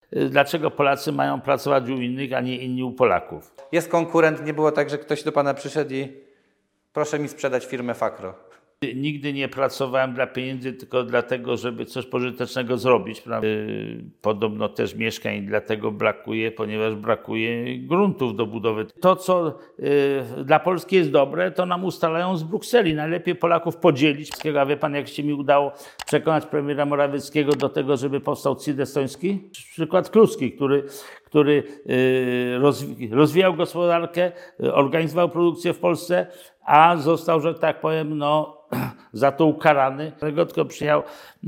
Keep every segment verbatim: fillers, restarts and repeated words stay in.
dlaczego Polacy mają pracować u innych, a nie inni u Polaków. Jest konkurent, nie było tak, że ktoś do pana przyszedł i proszę mi sprzedać firmę Fakro. Nigdy nie pracowałem dla pieniędzy, tylko dlatego, żeby coś pożytecznego zrobić. Podobno też mieszkań dlatego brakuje, ponieważ brakuje gruntów do budowy. To, co dla Polski jest dobre, to nam ustalają z Brukseli. Najlepiej Polaków podzielić. A wie pan, jak się mi udało przekonać premiera Morawieckiego do tego, żeby powstał C I D estoński? Przykład Kluski, który, który rozwijał gospodarkę, organizował produkcję w Polsce, a został, że tak powiem, no, za to ukarany. Tylko przyjechał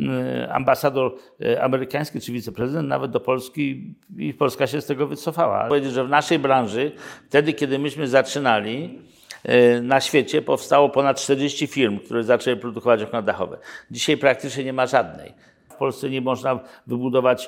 ambasador amerykański czy wiceprezydent nawet do Polski i Polska się z tego wycofała. Powiedzieć, że w naszej branży, wtedy kiedy myśmy zaczynali, na świecie powstało ponad czterdzieści firm, które zaczęły produkować okna dachowe. Dzisiaj praktycznie nie ma żadnej. W Polsce nie można wybudować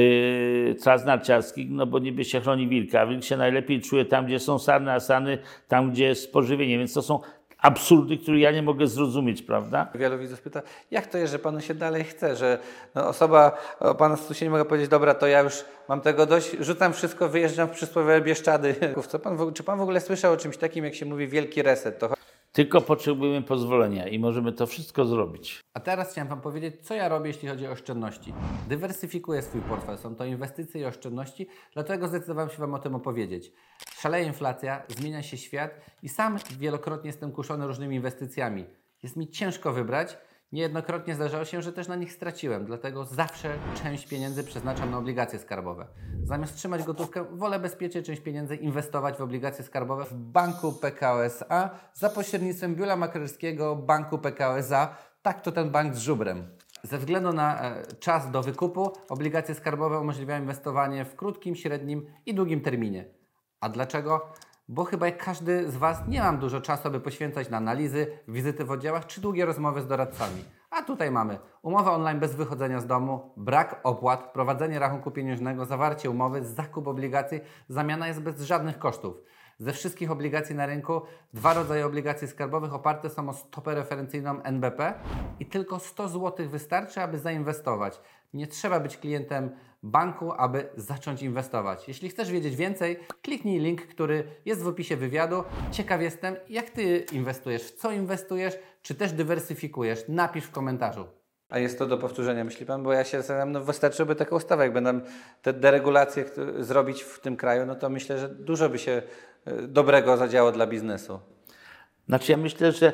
yy, tras narciarskich, no bo niby się chroni wilka. Wilk się najlepiej czuje tam, gdzie są sarny, a sarny tam, gdzie jest spożywienie. Więc to są absurdy, które ja nie mogę zrozumieć, prawda? Wielu widzów pyta, jak to jest, że panu się dalej chce, że no osoba o pana statusie nie mogę powiedzieć, dobra, to ja już mam tego dość, rzucam wszystko, wyjeżdżam w przysłowiowe Bieszczady. Co pan, czy pan w ogóle słyszał o czymś takim, jak się mówi wielki reset? To... Tylko potrzebujemy pozwolenia i możemy to wszystko zrobić. A teraz chciałem wam powiedzieć, co ja robię, jeśli chodzi o oszczędności. Dywersyfikuję swój portfel, są to inwestycje i oszczędności, dlatego zdecydowałem się wam o tym opowiedzieć. Szaleje inflacja, zmienia się świat i sam wielokrotnie jestem kuszony różnymi inwestycjami. Jest mi ciężko wybrać. Niejednokrotnie zdarzało się, że też na nich straciłem, dlatego zawsze część pieniędzy przeznaczam na obligacje skarbowe. Zamiast trzymać gotówkę, wolę bezpiecznie część pieniędzy inwestować w obligacje skarbowe w banku P K O S A za pośrednictwem biura maklerskiego banku P K O S A. Tak to ten bank z żubrem. Ze względu na e, czas do wykupu, obligacje skarbowe umożliwiają inwestowanie w krótkim, średnim i długim terminie. A dlaczego? Bo chyba jak każdy z Was nie mam dużo czasu, aby poświęcać na analizy, wizyty w oddziałach czy długie rozmowy z doradcami. A tutaj mamy umowę online bez wychodzenia z domu, brak opłat, prowadzenie rachunku pieniężnego, zawarcie umowy, zakup obligacji, zamiana jest bez żadnych kosztów. Ze wszystkich obligacji na rynku dwa rodzaje obligacji skarbowych oparte są o stopę referencyjną N B P i tylko sto złotych wystarczy, aby zainwestować. Nie trzeba być klientem banku, aby zacząć inwestować. Jeśli chcesz wiedzieć więcej, kliknij link, który jest w opisie wywiadu. Ciekaw jestem, jak Ty inwestujesz, w co inwestujesz, czy też dywersyfikujesz. Napisz w komentarzu. A jest to do powtórzenia, myśli pan? Bo ja się zastanawiam, no wystarczyłoby taka ustawa, jak będą te deregulacje zrobić w tym kraju, no to myślę, że dużo by się dobrego zadziało dla biznesu. Znaczy ja myślę, że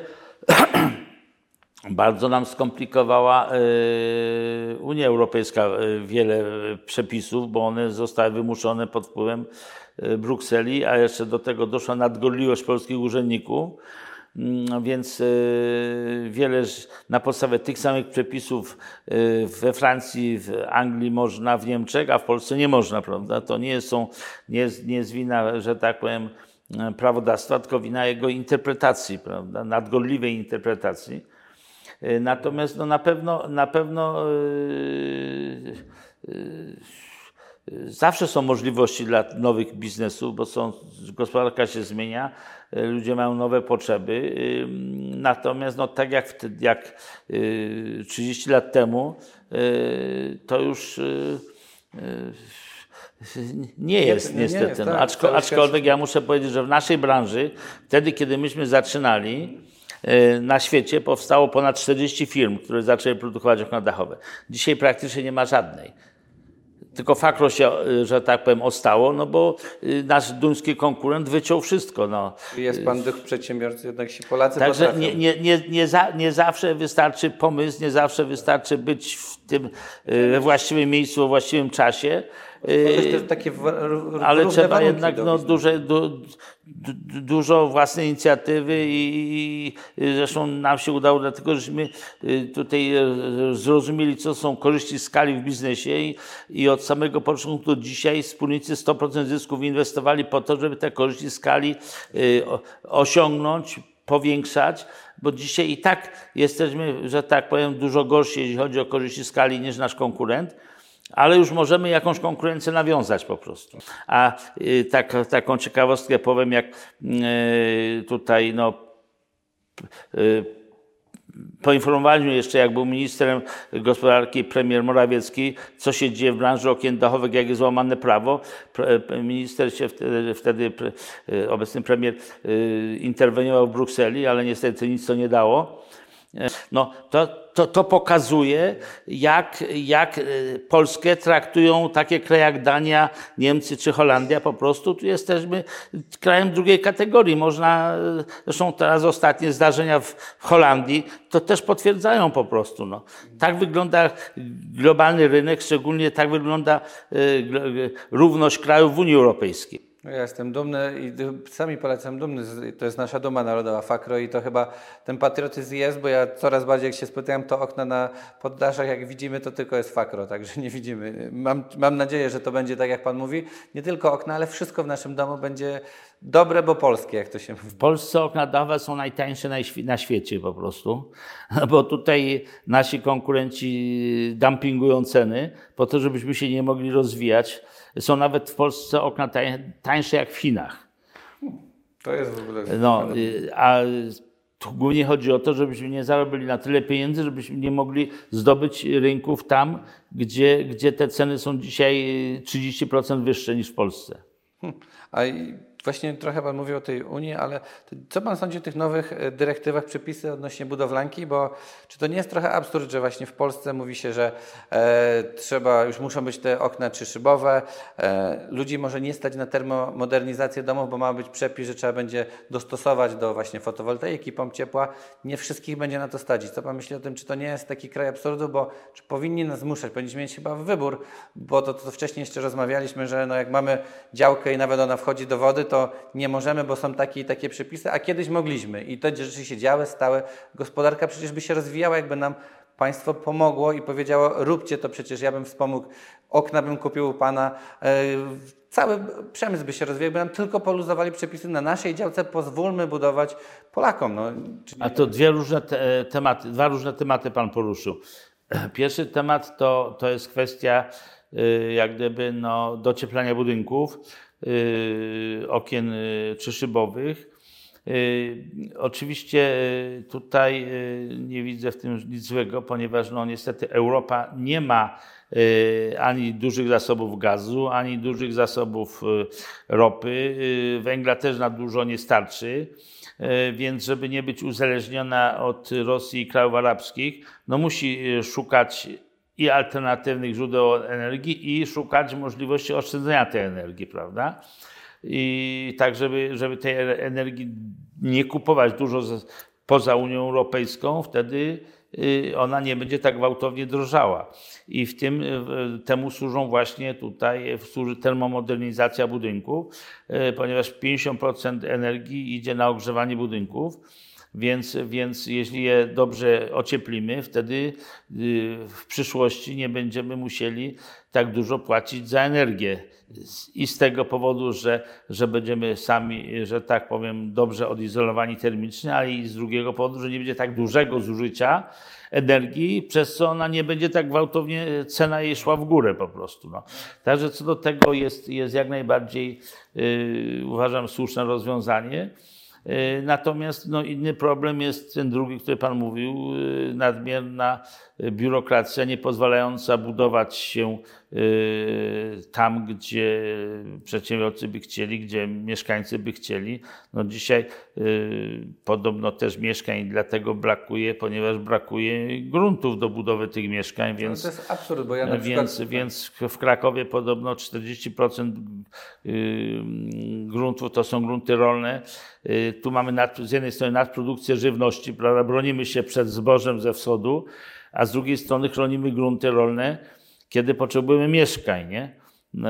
bardzo nam skomplikowała yy, Unia Europejska yy, wiele przepisów, bo one zostały wymuszone pod wpływem yy, Brukseli, a jeszcze do tego doszła nadgorliwość polskich urzędników. Yy, więc yy, wiele na podstawie tych samych przepisów yy, we Francji, w Anglii można, w Niemczech, a w Polsce nie można, prawda? To nie są, nie jest, nie jest wina, że tak powiem, prawodawstwa, tylko wina jego interpretacji, prawda? Nadgorliwej interpretacji. Natomiast no, na pewno, na pewno yy, yy, zawsze są możliwości dla nowych biznesów, bo są, gospodarka się zmienia, yy, ludzie mają nowe potrzeby. Yy, natomiast no, tak jak, wtedy, jak yy, trzydzieści lat temu, yy, to już yy, yy, nie jest nie, niestety. Nie jest, tak, no, aczko, aczkolwiek ja muszę powiedzieć, że w naszej branży, wtedy kiedy myśmy zaczynali, na świecie powstało ponad czterdzieści firm, które zaczęły produkować okna dachowe. Dzisiaj praktycznie nie ma żadnej. Tylko Fakro się, że tak powiem, ostało, no bo nasz duński konkurent wyciął wszystko. No. Jest pan duch przedsiębiorcy, jednak się Polacy Także potrafią. nie, nie, nie, nie, za, nie zawsze wystarczy pomysł, nie zawsze wystarczy być w tym we właściwym miejscu, we właściwym czasie. Yy, takie w, r, ale trzeba jednak no, duże, du, du, dużo własnej inicjatywy i, i zresztą nam się udało, dlatego żeśmy tutaj zrozumieli, co są korzyści skali w biznesie i, i od samego początku do dzisiaj wspólnicy sto procent zysków inwestowali po to, żeby te korzyści skali y, osiągnąć, powiększać, bo dzisiaj i tak jesteśmy, że tak powiem, dużo gorsi, jeśli chodzi o korzyści skali niż nasz konkurent. Ale już możemy jakąś konkurencję nawiązać po prostu. A y, tak, taką ciekawostkę powiem, jak y, tutaj no, y, poinformowali mnie jeszcze, jak był ministrem gospodarki premier Morawiecki, co się dzieje w branży okien dachowych, jak jest łamane prawo. Minister się wtedy, wtedy obecny premier interweniował w Brukseli, ale niestety nic to nie dało. No, to, to, to pokazuje, jak, jak Polskę traktują takie kraje jak Dania, Niemcy czy Holandia. Po prostu tu jesteśmy krajem drugiej kategorii. Można, zresztą teraz ostatnie zdarzenia w, w Holandii to też potwierdzają po prostu. No. Tak wygląda globalny rynek, szczególnie tak wygląda y, równość krajów w Unii Europejskiej. Ja jestem dumny i sami polecam dumny, to jest nasza duma narodowa, Fakro, i to chyba ten patriotyzm jest, bo ja coraz bardziej jak się spytałem, to okna na poddaszach, jak widzimy, to tylko jest Fakro, także nie widzimy. Mam, mam nadzieję, że to będzie tak, jak Pan mówi, nie tylko okna, ale wszystko w naszym domu będzie dobre, bo polskie, jak to się mówi. W Polsce okna dachowe są najtańsze na, na świecie po prostu, bo tutaj nasi konkurenci dumpingują ceny po to, żebyśmy się nie mogli rozwijać. Są nawet w Polsce okna tańsze jak w Chinach. To jest w ogóle... No, a tu głównie chodzi o to, żebyśmy nie zarobili na tyle pieniędzy, żebyśmy nie mogli zdobyć rynków tam, gdzie, gdzie te ceny są dzisiaj trzydzieści procent wyższe niż w Polsce. Hmm. A właśnie trochę Pan mówił o tej Unii, ale co Pan sądzi o tych nowych dyrektywach, przepisy odnośnie budowlanki? Bo czy to nie jest trochę absurd, że właśnie w Polsce mówi się, że e, trzeba, już muszą być te okna trzyszybowe, e, ludzi może nie stać na termomodernizację domów, bo ma być przepis, że trzeba będzie dostosować do właśnie fotowoltaiki, pomp ciepła. Nie wszystkich będzie na to stać. Co Pan myśli o tym, czy to nie jest taki kraj absurdu, bo czy powinni nas zmuszać? Powinniśmy mieć chyba wybór, bo to, to wcześniej jeszcze rozmawialiśmy, że no jak mamy działkę i nawet ona wchodzi do wody, to nie możemy, bo są takie i takie przepisy, a kiedyś mogliśmy i te rzeczy się działy, stały. Gospodarka przecież by się rozwijała, jakby nam państwo pomogło i powiedziało, róbcie to, przecież ja bym wspomógł, okna bym kupił u Pana, yy, cały przemysł by się rozwijał, jakby nam tylko poluzowali przepisy na naszej działce, pozwólmy budować Polakom. No, a to dwie różne te, tematy, dwa różne tematy Pan poruszył. Pierwszy temat to, to jest kwestia yy, jak gdyby no, docieplania budynków. Yy, okien yy, trzyszybowych. Yy, oczywiście yy, tutaj yy, nie widzę w tym nic złego, ponieważ no, niestety Europa nie ma yy, ani dużych zasobów gazu, ani dużych zasobów yy, ropy. Yy, węgla też na dużo nie starczy, yy, więc żeby nie być uzależniona od Rosji i krajów arabskich, no musi yy, szukać i alternatywnych źródeł energii i szukać możliwości oszczędzenia tej energii, prawda? I tak, żeby, żeby tej energii nie kupować dużo z, poza Unią Europejską, wtedy ona nie będzie tak gwałtownie drożała. I w tym temu służą właśnie tutaj, służy termomodernizacja budynków, ponieważ pięćdziesiąt procent energii idzie na ogrzewanie budynków. Więc, więc jeśli je dobrze ocieplimy, wtedy w przyszłości nie będziemy musieli tak dużo płacić za energię. I z tego powodu, że, że będziemy sami, że tak powiem, dobrze odizolowani termicznie, ale i z drugiego powodu, że nie będzie tak dużego zużycia energii, przez co ona nie będzie tak gwałtownie, cena jej szła w górę po prostu. No. Także co do tego jest, jest jak najbardziej, yy, uważam, słuszne rozwiązanie. Natomiast no, inny problem jest ten drugi, który Pan mówił, nadmierna biurokracja nie pozwalająca budować się tam, gdzie przedsiębiorcy by chcieli, gdzie mieszkańcy by chcieli. No dzisiaj podobno też mieszkań dlatego brakuje, ponieważ brakuje gruntów do budowy tych mieszkań. Więc, to jest absurd, bo ja na więc, przykład... więc w Krakowie podobno czterdzieści procent gruntów to są grunty rolne. Tu mamy nad, z jednej strony nadprodukcję żywności, prawda? Bronimy się przed zbożem ze wschodu, a z drugiej strony chronimy grunty rolne, kiedy potrzebujemy mieszkań, nie? No,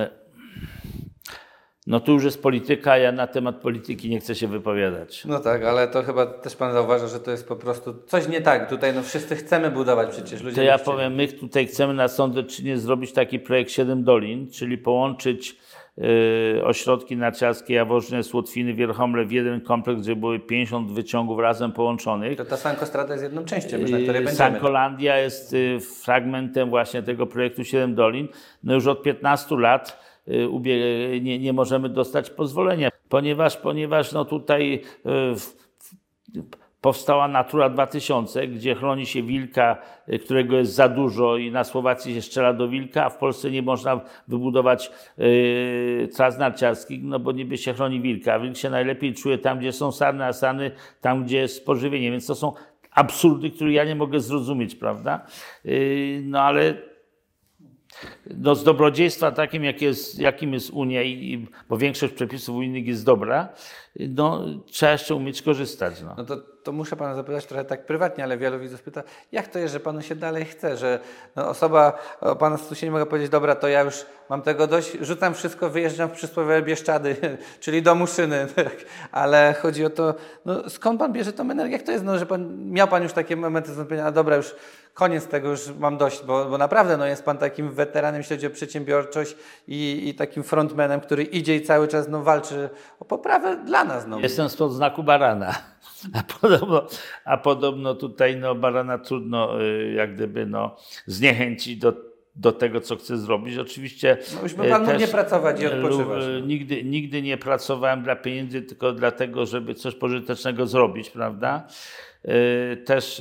no tu już jest polityka, ja na temat polityki nie chcę się wypowiadać. No tak, ale to chyba też Pan zauważa, że to jest po prostu coś nie tak. Tutaj no wszyscy chcemy budować przecież. Ludzie to ja powiem, my tutaj chcemy na Sądecczyźnie zrobić taki projekt Siedem Dolin, czyli połączyć Yy, ośrodki narciarskie, Jaworzno, Słotwiny, Wierchomle w jeden kompleks, gdzie były pięćdziesiąt wyciągów razem połączonych. To ta Sankostrada jest jedną częścią, już na której yy, będziemy. Sankolandia jest yy, fragmentem właśnie tego projektu Siedem Dolin. No już od piętnastu lat yy, ubie- nie, nie możemy dostać pozwolenia, ponieważ, ponieważ no tutaj yy, w, w, powstała Natura dwa tysiące, gdzie chroni się wilka, którego jest za dużo i na Słowacji się strzela do wilka, a w Polsce nie można wybudować yy, tras narciarskich, no bo niby się chroni wilka. A wilk się najlepiej czuje tam, gdzie są sarny, a sarny tam, gdzie jest pożywienie. Więc to są absurdy, które ja nie mogę zrozumieć, prawda? Yy, no ale no z dobrodziejstwa takim, jak jest, jakim jest Unia, i, bo większość przepisów unijnych jest dobra, no trzeba jeszcze umieć korzystać. No, No to, to muszę pana zapytać trochę tak prywatnie, ale wielu widzów pyta, jak to jest, że panu się dalej chce, że no osoba, o pana statusie nie mogę powiedzieć, dobra, to ja już mam tego dość, rzucam wszystko, wyjeżdżam w przysłowiowe Bieszczady, czyli do Muszyny, tak? Ale chodzi o to, no skąd pan bierze tą energię, jak to jest, no, że pan, miał pan już takie momenty zwątpienia, a dobra, już koniec tego, już mam dość, bo, bo naprawdę no, jest pan takim weteranem, jeśli chodzi o przedsiębiorczość i, i takim frontmanem, który idzie i cały czas no, walczy o poprawę dla nas. No. Jestem spod znaku barana, a podobno, a podobno tutaj no, barana trudno y, jak gdyby no, zniechęcić do, do tego, co chce zrobić. Oczywiście no już by pan mógł nie pracować i lub, odpoczywać. Nigdy, nigdy nie pracowałem dla pieniędzy, tylko dlatego, żeby coś pożytecznego zrobić, prawda? Też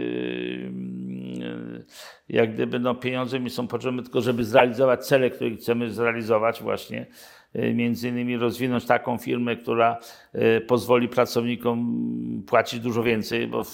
jak gdyby no, pieniądze mi są potrzebne tylko, żeby zrealizować cele, które chcemy zrealizować właśnie. Między innymi rozwinąć taką firmę, która pozwoli pracownikom płacić dużo więcej, bo w,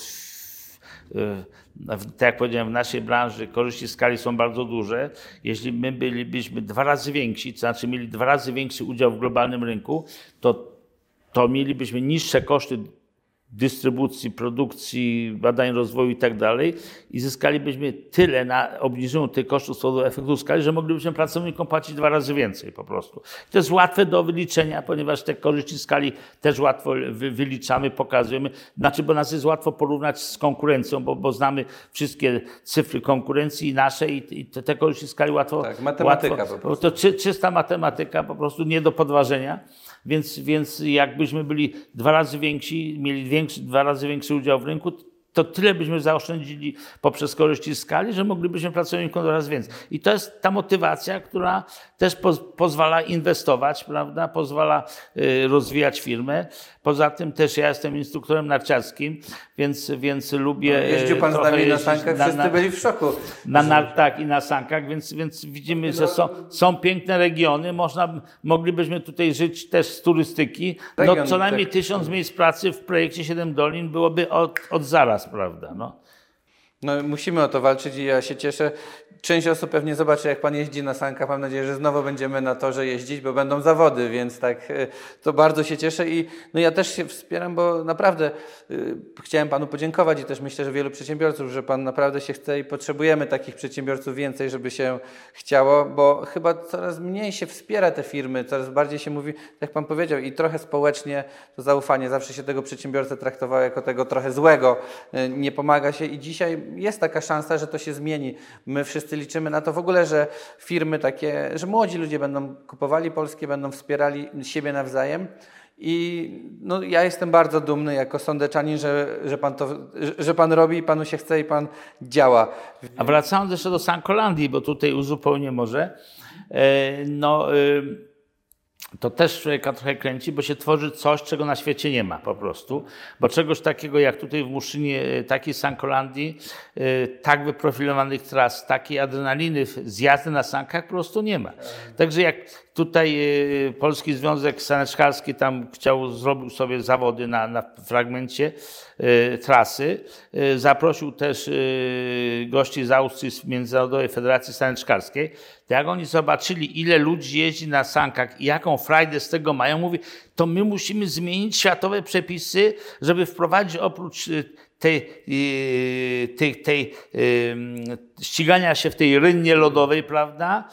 w, tak jak powiedziałem, w naszej branży korzyści skali są bardzo duże. Jeśli my bylibyśmy dwa razy więksi, to znaczy mieli dwa razy większy udział w globalnym rynku, to, to mielibyśmy niższe koszty dystrybucji, produkcji, badań rozwoju i tak dalej i zyskalibyśmy tyle na obniżeniu tych kosztów z powodu efektu skali, że moglibyśmy pracownikom płacić dwa razy więcej po prostu. To jest łatwe do wyliczenia, ponieważ te korzyści skali też łatwo wy, wyliczamy, pokazujemy. Znaczy, bo nas jest łatwo porównać z konkurencją, bo, bo znamy wszystkie cyfry konkurencji nasze i, i te, te korzyści skali łatwo... Tak, matematyka łatwo, po prostu. To czy, czysta matematyka, po prostu nie do podważenia. Więc, więc jakbyśmy byli dwa razy więksi, mieli większy, dwa razy większy udział w rynku, to tyle byśmy zaoszczędzili poprzez korzyści skali, że moglibyśmy pracownikom coraz więcej. I to jest ta motywacja, która też poz, pozwala inwestować, prawda? Pozwala y, rozwijać firmę. Poza tym też ja jestem instruktorem narciarskim, więc, więc lubię... No, jeździł pan z nami na sankach, na, wszyscy na, byli w szoku. Na nartach i na sankach, więc, więc widzimy, że są, są piękne regiony. Można, moglibyśmy tutaj żyć też z turystyki. No, Region, co najmniej tak. tysiąc miejsc pracy w projekcie Siedem Dolin byłoby od, od zaraz, prawda? No. No, musimy o to walczyć i ja się cieszę. Część osób pewnie zobaczy, jak pan jeździ na sankach. Mam nadzieję, że znowu będziemy na torze jeździć, bo będą zawody, więc tak to bardzo się cieszę i no ja też się wspieram, bo naprawdę y, chciałem panu podziękować i też myślę, że wielu przedsiębiorców, że pan naprawdę się chce i potrzebujemy takich przedsiębiorców więcej, żeby się chciało, bo chyba coraz mniej się wspiera te firmy, coraz bardziej się mówi, jak pan powiedział, i trochę społecznie to zaufanie. Zawsze się tego przedsiębiorcę traktowało jako tego trochę złego, y, nie pomaga się i dzisiaj jest taka szansa, że to się zmieni. My wszyscy liczymy na to w ogóle, że firmy takie, że młodzi ludzie będą kupowali polskie, będą wspierali siebie nawzajem. I no, ja jestem bardzo dumny jako sądeczanin, że, że, pan to, że pan robi i panu się chce i pan działa. A wracając jeszcze do Sankolandii, bo tutaj uzupełnię może, e, no... Y to też człowieka trochę kręci, bo się tworzy coś, czego na świecie nie ma po prostu. Bo czegoś takiego jak tutaj w Muszynie, takiej Sankolandii, tak wyprofilowanych tras, takiej adrenaliny z jazdy na sankach po prostu nie ma. Także jak tutaj Polski Związek Saneczkarski tam chciał, zrobił sobie zawody na, na fragmencie trasy, zaprosił też gości z Austrii, z Międzynarodowej Federacji Saneczkarskiej, to jak oni zobaczyli, ile ludzi jeździ na sankach i jaką frajdę z tego mają, mówi, to my musimy zmienić światowe przepisy, żeby wprowadzić oprócz tej, tej, tej ścigania się w tej rynnie lodowej, prawda,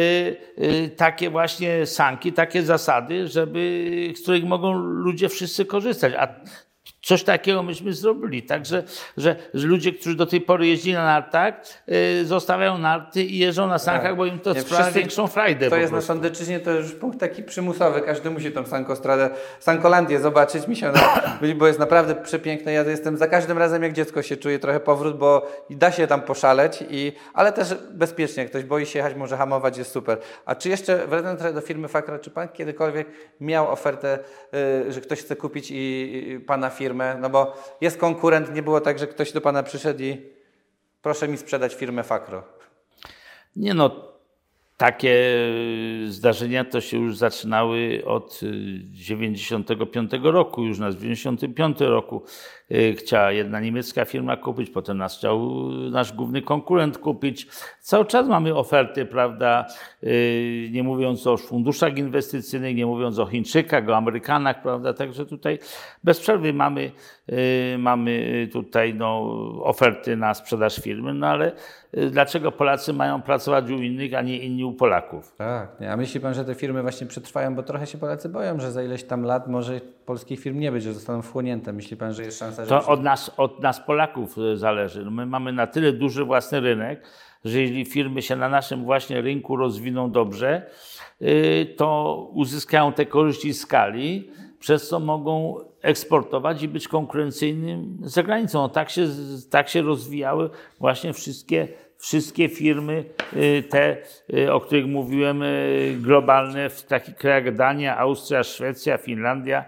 takie właśnie sanki, takie zasady, żeby, z których mogą ludzie wszyscy korzystać. A coś takiego myśmy zrobili, także, że, że ludzie, którzy do tej pory jeździli na nartach, yy, zostawiają narty i jeżdżą na sankach, tak, bo im to nie, sprawia większą frajdę. To jest na Sądeczyźnie, to już punkt taki przymusowy, każdy musi tą sankostradę, Sankolandię zobaczyć, mi się bo jest naprawdę przepiękne. Ja jestem za każdym razem jak dziecko się czuję trochę powrót, bo da się tam poszaleć, i, ale też bezpiecznie, jak ktoś boi się jechać, może hamować, jest super. A czy jeszcze, wracając trochę do firmy Fakra, czy pan kiedykolwiek miał ofertę, yy, że ktoś chce kupić i, i pana firmę, firmę? No bo jest konkurent, nie było tak, że ktoś do pana przyszedł i proszę mi sprzedać firmę Fakro. Nie no, takie zdarzenia to się już zaczynały od dziewięćdziesiątego piątego roku. Już nas w dziewięćdziesiątym piątym roku chciała jedna niemiecka firma kupić, potem nas chciał nasz główny konkurent kupić. Cały czas mamy oferty, prawda, nie mówiąc o funduszach inwestycyjnych, nie mówiąc o Chińczykach, o Amerykanach, prawda, także tutaj bez przerwy mamy, mamy tutaj no, oferty na sprzedaż firmy, no ale dlaczego Polacy mają pracować u innych, a nie inni u Polaków? Tak, nie. A myśli pan, że te firmy właśnie przetrwają, bo trochę się Polacy boją, że za ileś tam lat może polskich firm nie być, że zostaną wchłonięte. Myśli pan, że jest szansa, że... To od nas, od nas Polaków zależy. My mamy na tyle duży własny rynek, że jeśli firmy się na naszym właśnie rynku rozwiną dobrze, to uzyskają te korzyści skali, przez co mogą eksportować i być konkurencyjnym za granicą. No tak się, tak się rozwijały właśnie wszystkie, wszystkie firmy, te, o których mówiłem, globalne, w takich krajach jak Dania, Austria, Szwecja, Finlandia.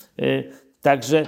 Także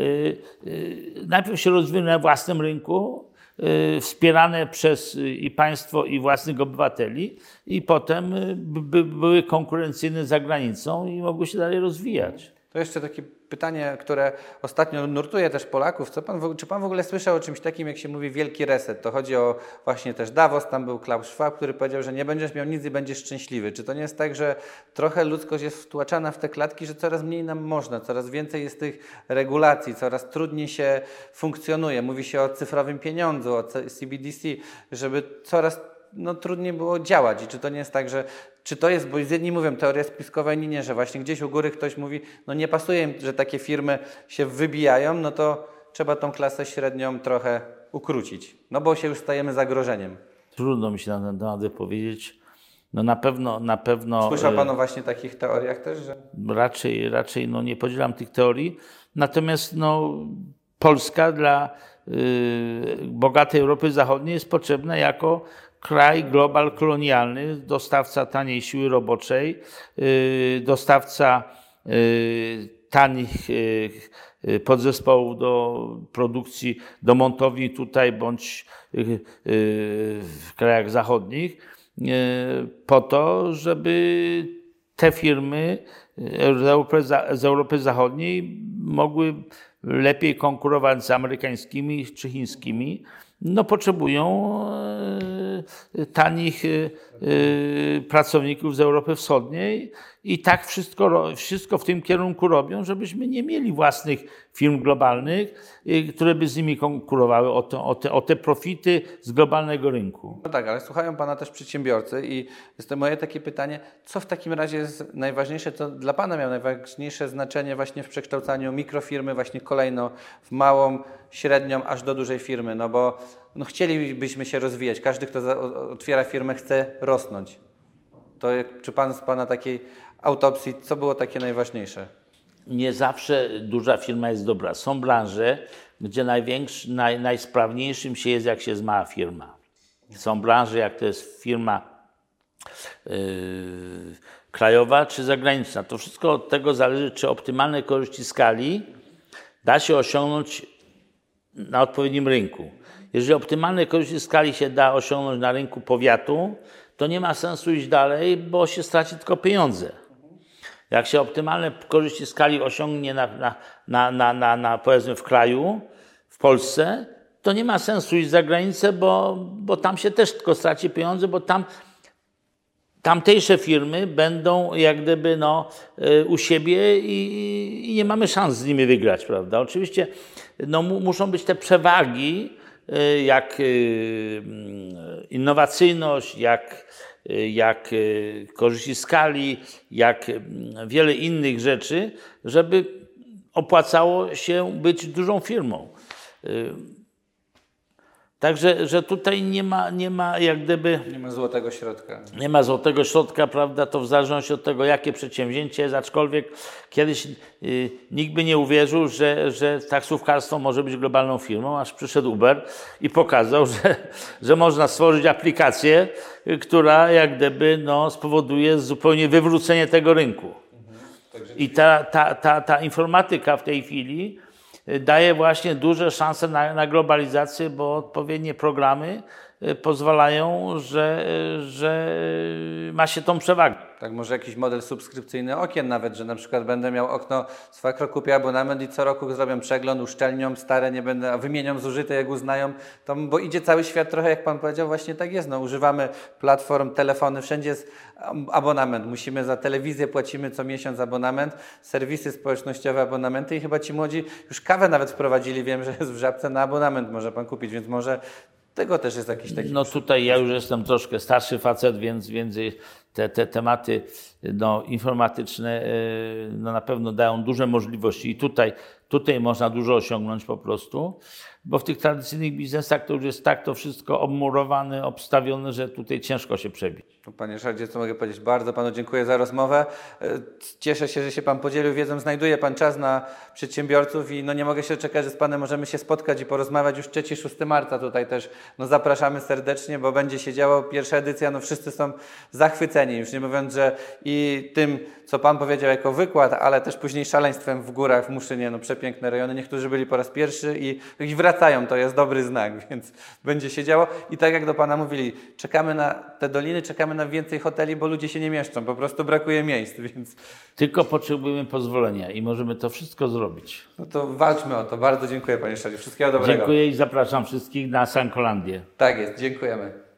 najpierw się rozwijały na własnym rynku, wspierane przez i państwo, i własnych obywateli, i potem by, były konkurencyjne za granicą i mogły się dalej rozwijać. To jeszcze takie pytanie, które ostatnio nurtuje też Polaków. Co pan, czy pan w ogóle słyszał o czymś takim, jak się mówi wielki reset? To chodzi o właśnie też Davos, tam był Klaus Schwab, który powiedział, że nie będziesz miał nic i będziesz szczęśliwy. Czy to nie jest tak, że trochę ludzkość jest wtłaczana w te klatki, że coraz mniej nam można, coraz więcej jest tych regulacji, coraz trudniej się funkcjonuje. Mówi się o cyfrowym pieniądzu, o C B D C, żeby coraz no, trudniej było działać. I czy to nie jest tak, że czy to jest, bo jedni mówią teoria spiskowa, inni nie, że właśnie gdzieś u góry ktoś mówi, no nie pasuje im, że takie firmy się wybijają, no to trzeba tą klasę średnią trochę ukrócić, no bo się już stajemy zagrożeniem. Trudno mi się na ten temat powiedzieć. No na pewno, na pewno... Słyszał pan o właśnie takich teoriach też, że... Raczej, raczej no nie podzielam tych teorii. Natomiast no, Polska dla y, bogatej Europy Zachodniej jest potrzebna jako kraj global kolonialny, dostawca taniej siły roboczej, dostawca tanich podzespołów do produkcji, do montowni tutaj bądź w krajach zachodnich, po to, żeby te firmy z Europy, z Europy Zachodniej mogły lepiej konkurować z amerykańskimi czy chińskimi. No, potrzebują e, tanich e, pracowników z Europy Wschodniej i tak wszystko, wszystko w tym kierunku robią, żebyśmy nie mieli własnych firm globalnych, e, które by z nimi konkurowały o, to, o, te, o te profity z globalnego rynku. No tak, ale słuchają pana też przedsiębiorcy i jest to moje takie pytanie, co w takim razie jest najważniejsze, co dla pana miało najważniejsze znaczenie właśnie w przekształcaniu mikrofirmy właśnie kolejno w małą, średnią, aż do dużej firmy, no bo no chcielibyśmy się rozwijać. Każdy, kto za, otwiera firmę, chce rosnąć. To jak, czy pan z pana takiej autopsji, co było takie najważniejsze? Nie zawsze duża firma jest dobra. Są branże, gdzie największy, naj, najsprawniejszym się jest, jak się jest mała firma. Są branże, jak to jest firma yy, krajowa czy zagraniczna. To wszystko od tego zależy, czy optymalne korzyści skali da się osiągnąć na odpowiednim rynku. Jeżeli optymalne korzyści skali się da osiągnąć na rynku powiatu, to nie ma sensu iść dalej, bo się straci tylko pieniądze. Jak się optymalne korzyści skali osiągnie na, na, na, na, na, na powiedzmy w kraju, w Polsce, to nie ma sensu iść za granicę, bo, bo tam się też tylko straci pieniądze, bo tam tamtejsze firmy będą jak gdyby no, u siebie i, i nie mamy szans z nimi wygrać, prawda? Oczywiście no, mu, muszą być te przewagi, jak innowacyjność, jak, jak korzyści skali, jak wiele innych rzeczy, żeby opłacało się być dużą firmą. Także, że tutaj nie ma, nie ma jak gdyby... Nie ma złotego środka. Nie ma złotego środka, prawda, to w zależności od tego, jakie przedsięwzięcie jest, aczkolwiek kiedyś y, nikt by nie uwierzył, że, że taksówkarstwo może być globalną firmą, aż przyszedł Uber i pokazał, że, że można stworzyć aplikację, y, która jak gdyby no, spowoduje zupełnie wywrócenie tego rynku. Mhm. Także... I ta, ta, ta, ta informatyka w tej chwili daje właśnie duże szanse na, na globalizację, bo odpowiednie programy pozwalają, że, że ma się tą przewagę. Tak, może jakiś model subskrypcyjny okien nawet, że na przykład będę miał okno, swakro kupię abonament i co roku zrobią przegląd, uszczelnią, stare nie będę, a wymienią zużyte jak uznają, to, bo idzie cały świat trochę, jak Pan powiedział, właśnie tak jest. No, używamy platform, telefony, wszędzie jest abonament. Musimy za telewizję, płacimy co miesiąc abonament, serwisy społecznościowe, abonamenty i chyba ci młodzi już kawę nawet wprowadzili, wiem, że jest w Żabce, na abonament może Pan kupić, więc może tego też jest jakiś taki... No tutaj ja już jestem troszkę starszy facet, więc, więc te, te tematy no, informatyczne no, na pewno dają duże możliwości i tutaj, tutaj można dużo osiągnąć po prostu, bo w tych tradycyjnych biznesach to już jest tak to wszystko obmurowane, obstawione, że tutaj ciężko się przebić. Panie Ryszardzie, co mogę powiedzieć? Bardzo Panu dziękuję za rozmowę. Cieszę się, że się Pan podzielił wiedzą. Znajduje Pan czas na przedsiębiorców i no nie mogę się doczekać, że z Panem możemy się spotkać i porozmawiać już trzeciego szóstego marca. Tutaj też no zapraszamy serdecznie, bo będzie się działo. Pierwsza edycja, no wszyscy są zachwyceni. Już nie mówiąc, że i tym, co Pan powiedział jako wykład, ale też później szaleństwem w górach, w Muszynie, no przepiękne rejony. Niektórzy byli po raz pierwszy i, i wracają. To jest dobry znak, więc będzie się działo. I tak jak do Pana mówili, czekamy na te doliny, czekamy na więcej hoteli, bo ludzie się nie mieszczą, po prostu brakuje miejsc, więc... Tylko potrzebujemy pozwolenia i możemy to wszystko zrobić. No to walczmy o to. Bardzo dziękuję Panie Ryszardzie. Wszystkiego dobrego. Dziękuję i zapraszam wszystkich na Sankolandię. Tak jest, dziękujemy.